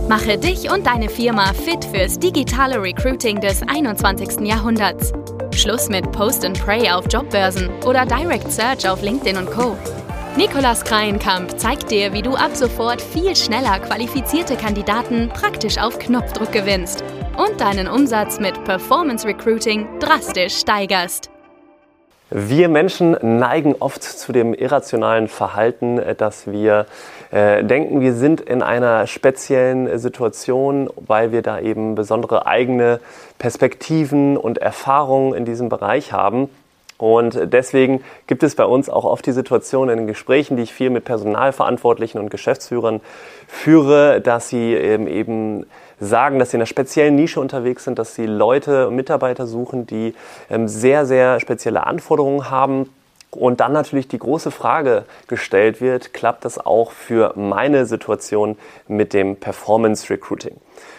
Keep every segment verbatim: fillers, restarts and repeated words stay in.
Mache dich und deine Firma fit fürs digitale Recruiting des einundzwanzigsten Jahrhunderts. Schluss mit Post and Pray auf Jobbörsen oder Direct Search auf LinkedIn und Co. Nikolaus Kreienkamp zeigt dir, wie du ab sofort viel schneller qualifizierte Kandidaten praktisch auf Knopfdruck gewinnst und deinen Umsatz mit Performance Recruiting drastisch steigerst. Wir Menschen neigen oft zu dem irrationalen Verhalten, dass wir äh, denken, wir sind in einer speziellen Situation, weil wir da eben besondere eigene Perspektiven und Erfahrungen in diesem Bereich haben. Und deswegen gibt es bei uns auch oft die Situation in den Gesprächen, die ich viel mit Personalverantwortlichen und Geschäftsführern führe, dass sie eben, eben sagen, dass sie in einer speziellen Nische unterwegs sind, dass sie Leute und Mitarbeiter suchen, die ähm, sehr, sehr spezielle Anforderungen haben. Und dann natürlich die große Frage gestellt wird, klappt das auch für meine Situation mit dem Performance Recruiting?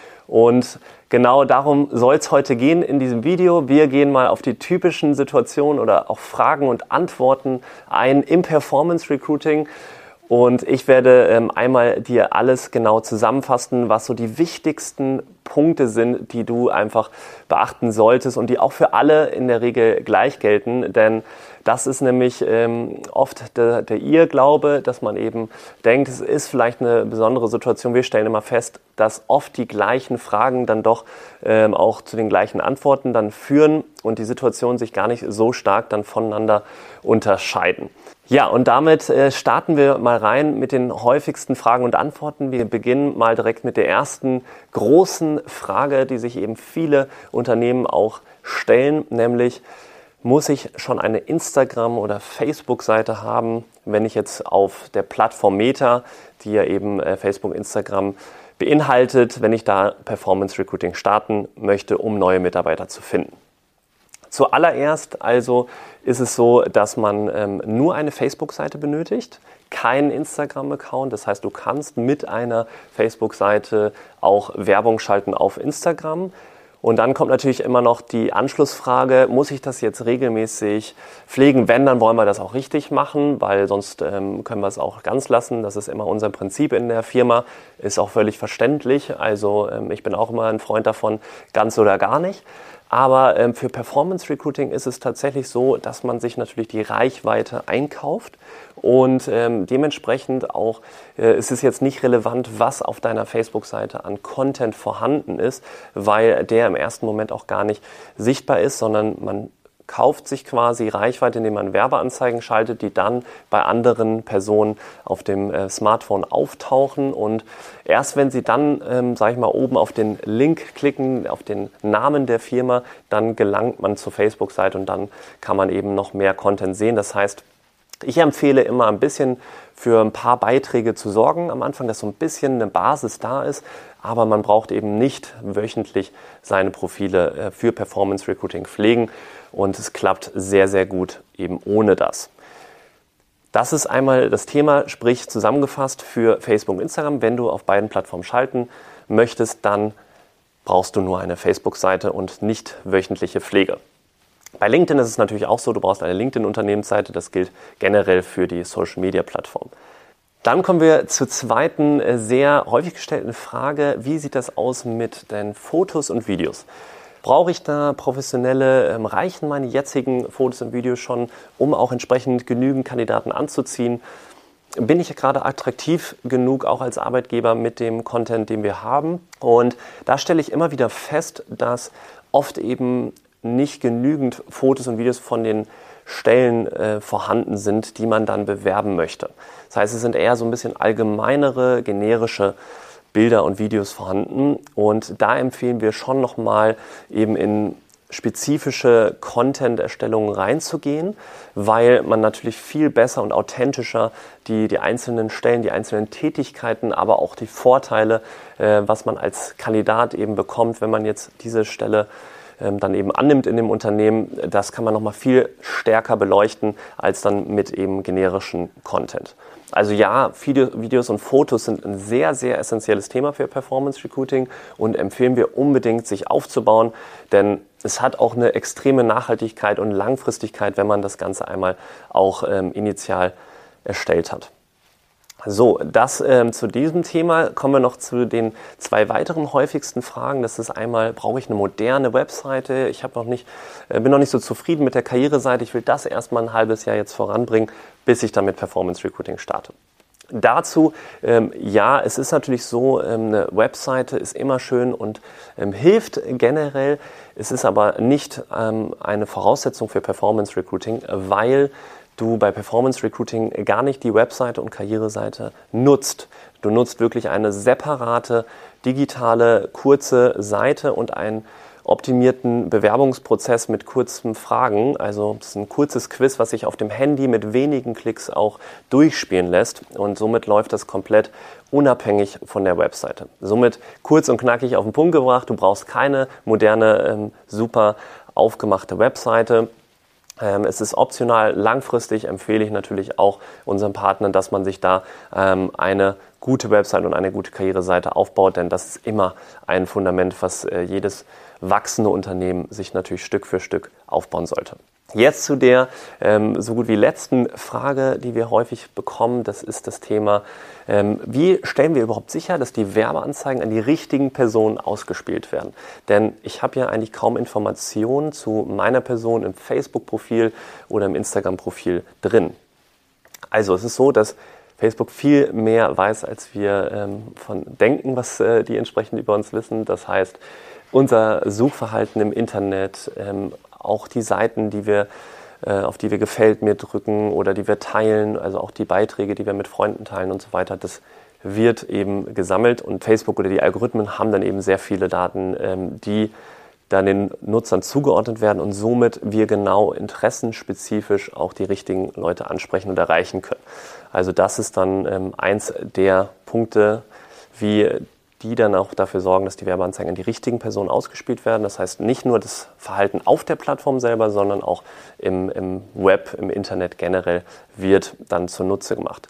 Und genau darum soll es heute gehen in diesem Video. Wir gehen mal auf die typischen Situationen oder auch Fragen und Antworten ein im Performance Recruiting. Und ich werde ähm, einmal dir alles genau zusammenfassen, was so die wichtigsten Punkte sind, die du einfach beachten solltest und die auch für alle in der Regel gleich gelten. Denn das ist nämlich ähm, oft der, der Irrglaube, dass man eben denkt, es ist vielleicht eine besondere Situation. Wir stellen immer fest, dass oft die gleichen Fragen dann doch ähm, auch zu den gleichen Antworten dann führen und die Situationen sich gar nicht so stark dann voneinander unterscheiden. Ja, und damit äh, starten wir mal rein mit den häufigsten Fragen und Antworten. Wir beginnen mal direkt mit der ersten großen Frage, die sich eben viele Unternehmen auch stellen, nämlich: Muss ich schon eine Instagram- oder Facebook-Seite haben, wenn ich jetzt auf der Plattform Meta, die ja eben äh, Facebook, Instagram beinhaltet, wenn ich da Performance Recruiting starten möchte, um neue Mitarbeiter zu finden? Zuallererst also ist es so, dass man ähm, nur eine Facebook-Seite benötigt, keinen Instagram-Account. Das heißt, du kannst mit einer Facebook-Seite auch Werbung schalten auf Instagram. Und dann kommt natürlich immer noch die Anschlussfrage: Muss ich das jetzt regelmäßig pflegen? Wenn, dann wollen wir das auch richtig machen, weil sonst ähm, können wir es auch ganz lassen. Das ist immer unser Prinzip in der Firma, ist auch völlig verständlich. Also ähm, ich bin auch immer ein Freund davon, ganz oder gar nicht. Aber ähm, für Performance Recruiting ist es tatsächlich so, dass man sich natürlich die Reichweite einkauft und ähm, dementsprechend auch äh, ist es jetzt nicht relevant, was auf deiner Facebook-Seite an Content vorhanden ist, weil der im ersten Moment auch gar nicht sichtbar ist, sondern man kauft sich quasi Reichweite, indem man Werbeanzeigen schaltet, die dann bei anderen Personen auf dem äh, Smartphone auftauchen. Und erst wenn sie dann, ähm, sage ich mal, oben auf den Link klicken, auf den Namen der Firma, dann gelangt man zur Facebook-Seite und dann kann man eben noch mehr Content sehen. Das heißt, ich empfehle immer ein bisschen für ein paar Beiträge zu sorgen am Anfang, dass so ein bisschen eine Basis da ist, aber man braucht eben nicht wöchentlich seine Profile äh, für Performance Recruiting pflegen. Und es klappt sehr, sehr gut eben ohne das. Das ist einmal das Thema, sprich zusammengefasst für Facebook und Instagram. Wenn du auf beiden Plattformen schalten möchtest, dann brauchst du nur eine Facebook-Seite und nicht wöchentliche Pflege. Bei LinkedIn ist es natürlich auch so, du brauchst eine LinkedIn-Unternehmensseite. Das gilt generell für die Social-Media-Plattform. Dann kommen wir zur zweiten sehr häufig gestellten Frage: Wie sieht das aus mit den Fotos und Videos? Brauche ich da professionelle, ähm, reichen meine jetzigen Fotos und Videos schon, um auch entsprechend genügend Kandidaten anzuziehen? Bin ich gerade attraktiv genug, auch als Arbeitgeber, mit dem Content, den wir haben? Und da stelle ich immer wieder fest, dass oft eben nicht genügend Fotos und Videos von den Stellen äh, vorhanden sind, die man dann bewerben möchte. Das heißt, es sind eher so ein bisschen allgemeinere, generische Bilder und Videos vorhanden, und da empfehlen wir schon nochmal eben in spezifische Content-Erstellungen reinzugehen, weil man natürlich viel besser und authentischer die, die einzelnen Stellen, die einzelnen Tätigkeiten, aber auch die Vorteile, äh, was man als Kandidat eben bekommt, wenn man jetzt diese Stelle ähm, dann eben annimmt in dem Unternehmen, das kann man nochmal viel stärker beleuchten als dann mit eben generischen Content. Also ja, Videos und Fotos sind ein sehr, sehr essentielles Thema für Performance Recruiting und empfehlen wir unbedingt, sich aufzubauen, denn es hat auch eine extreme Nachhaltigkeit und Langfristigkeit, wenn man das Ganze einmal auch ähm, initial erstellt hat. So, das ähm, zu diesem Thema. Kommen wir noch zu den zwei weiteren häufigsten Fragen. Das ist einmal, brauche ich eine moderne Webseite? Ich habe noch nicht, äh, bin noch nicht so zufrieden mit der Karriereseite. Ich will das erstmal ein halbes Jahr jetzt voranbringen, bis ich dann mit Performance Recruiting starte. Dazu, ähm, ja, es ist natürlich so, ähm, eine Webseite ist immer schön und ähm, hilft generell. Es ist aber nicht ähm, eine Voraussetzung für Performance Recruiting, weil du bei Performance Recruiting gar nicht die Webseite und Karriereseite nutzt. Du nutzt wirklich eine separate, digitale, kurze Seite und einen optimierten Bewerbungsprozess mit kurzen Fragen. Also es ist ein kurzes Quiz, was sich auf dem Handy mit wenigen Klicks auch durchspielen lässt. Und somit läuft das komplett unabhängig von der Webseite. Somit kurz und knackig auf den Punkt gebracht. Du brauchst keine moderne, ähm, super aufgemachte Webseite. Ähm, es ist optional. Langfristig empfehle ich natürlich auch unseren Partnern, dass man sich da ähm, eine gute Website und eine gute Karriereseite aufbaut, denn das ist immer ein Fundament, was äh, jedes wachsende Unternehmen sich natürlich Stück für Stück aufbauen sollte. Jetzt zu der ähm, so gut wie letzten Frage, die wir häufig bekommen. Das ist das Thema, ähm, wie stellen wir überhaupt sicher, dass die Werbeanzeigen an die richtigen Personen ausgespielt werden? Denn ich habe ja eigentlich kaum Informationen zu meiner Person im Facebook-Profil oder im Instagram-Profil drin. Also es ist so, dass Facebook viel mehr weiß, als wir ähm, von denken, was äh, die entsprechend über uns wissen. Das heißt, unser Suchverhalten im Internet, ähm, auch die Seiten, die wir, äh, auf die wir Gefällt mir drücken oder die wir teilen, also auch die Beiträge, die wir mit Freunden teilen und so weiter, das wird eben gesammelt und Facebook oder die Algorithmen haben dann eben sehr viele Daten, ähm, die dann den Nutzern zugeordnet werden und somit wir genau interessenspezifisch auch die richtigen Leute ansprechen und erreichen können. Also das ist dann ähm, eins der Punkte, wie die dann auch dafür sorgen, dass die Werbeanzeigen an die richtigen Personen ausgespielt werden. Das heißt nicht nur das Verhalten auf der Plattform selber, sondern auch im, im Web, im Internet generell wird dann zunutze gemacht.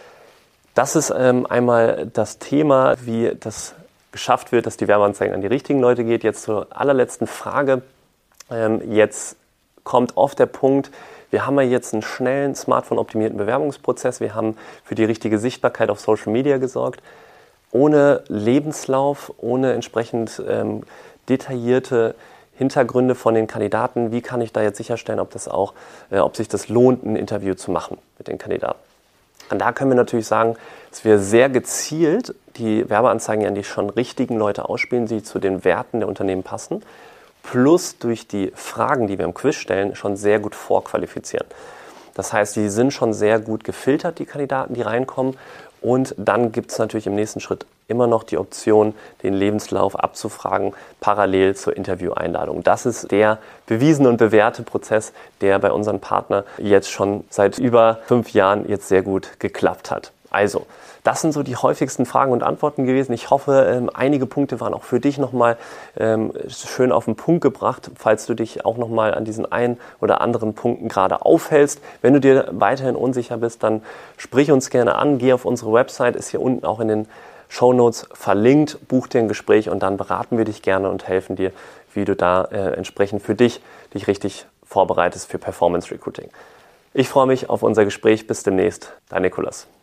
Das ist ähm, einmal das Thema, wie das geschafft wird, dass die Werbeanzeigen an die richtigen Leute geht. Jetzt zur allerletzten Frage. Ähm, jetzt kommt oft der Punkt, wir haben ja jetzt einen schnellen, smartphone-optimierten Bewerbungsprozess. Wir haben für die richtige Sichtbarkeit auf Social Media gesorgt. Ohne Lebenslauf, ohne entsprechend ähm, detaillierte Hintergründe von den Kandidaten, wie kann ich da jetzt sicherstellen, ob das auch, äh, ob sich das lohnt, ein Interview zu machen mit den Kandidaten? Und da können wir natürlich sagen, dass wir sehr gezielt die Werbeanzeigen an die schon richtigen Leute ausspielen, die zu den Werten der Unternehmen passen, plus durch die Fragen, die wir im Quiz stellen, schon sehr gut vorqualifizieren. Das heißt, die sind schon sehr gut gefiltert, die Kandidaten, die reinkommen. Und dann gibt es natürlich im nächsten Schritt immer noch die Option, den Lebenslauf abzufragen, parallel zur Intervieweinladung. Das ist der bewiesene und bewährte Prozess, der bei unseren Partnern jetzt schon seit über fünf Jahren jetzt sehr gut geklappt hat. Also, das sind so die häufigsten Fragen und Antworten gewesen. Ich hoffe, ähm, einige Punkte waren auch für dich nochmal ähm, schön auf den Punkt gebracht, falls du dich auch nochmal an diesen ein oder anderen Punkten gerade aufhältst. Wenn du dir weiterhin unsicher bist, dann sprich uns gerne an, geh auf unsere Website, ist hier unten auch in den Shownotes verlinkt, buch dir ein Gespräch und dann beraten wir dich gerne und helfen dir, wie du da äh, entsprechend für dich dich richtig vorbereitest für Performance Recruiting. Ich freue mich auf unser Gespräch. Bis demnächst. Dein Nikolas.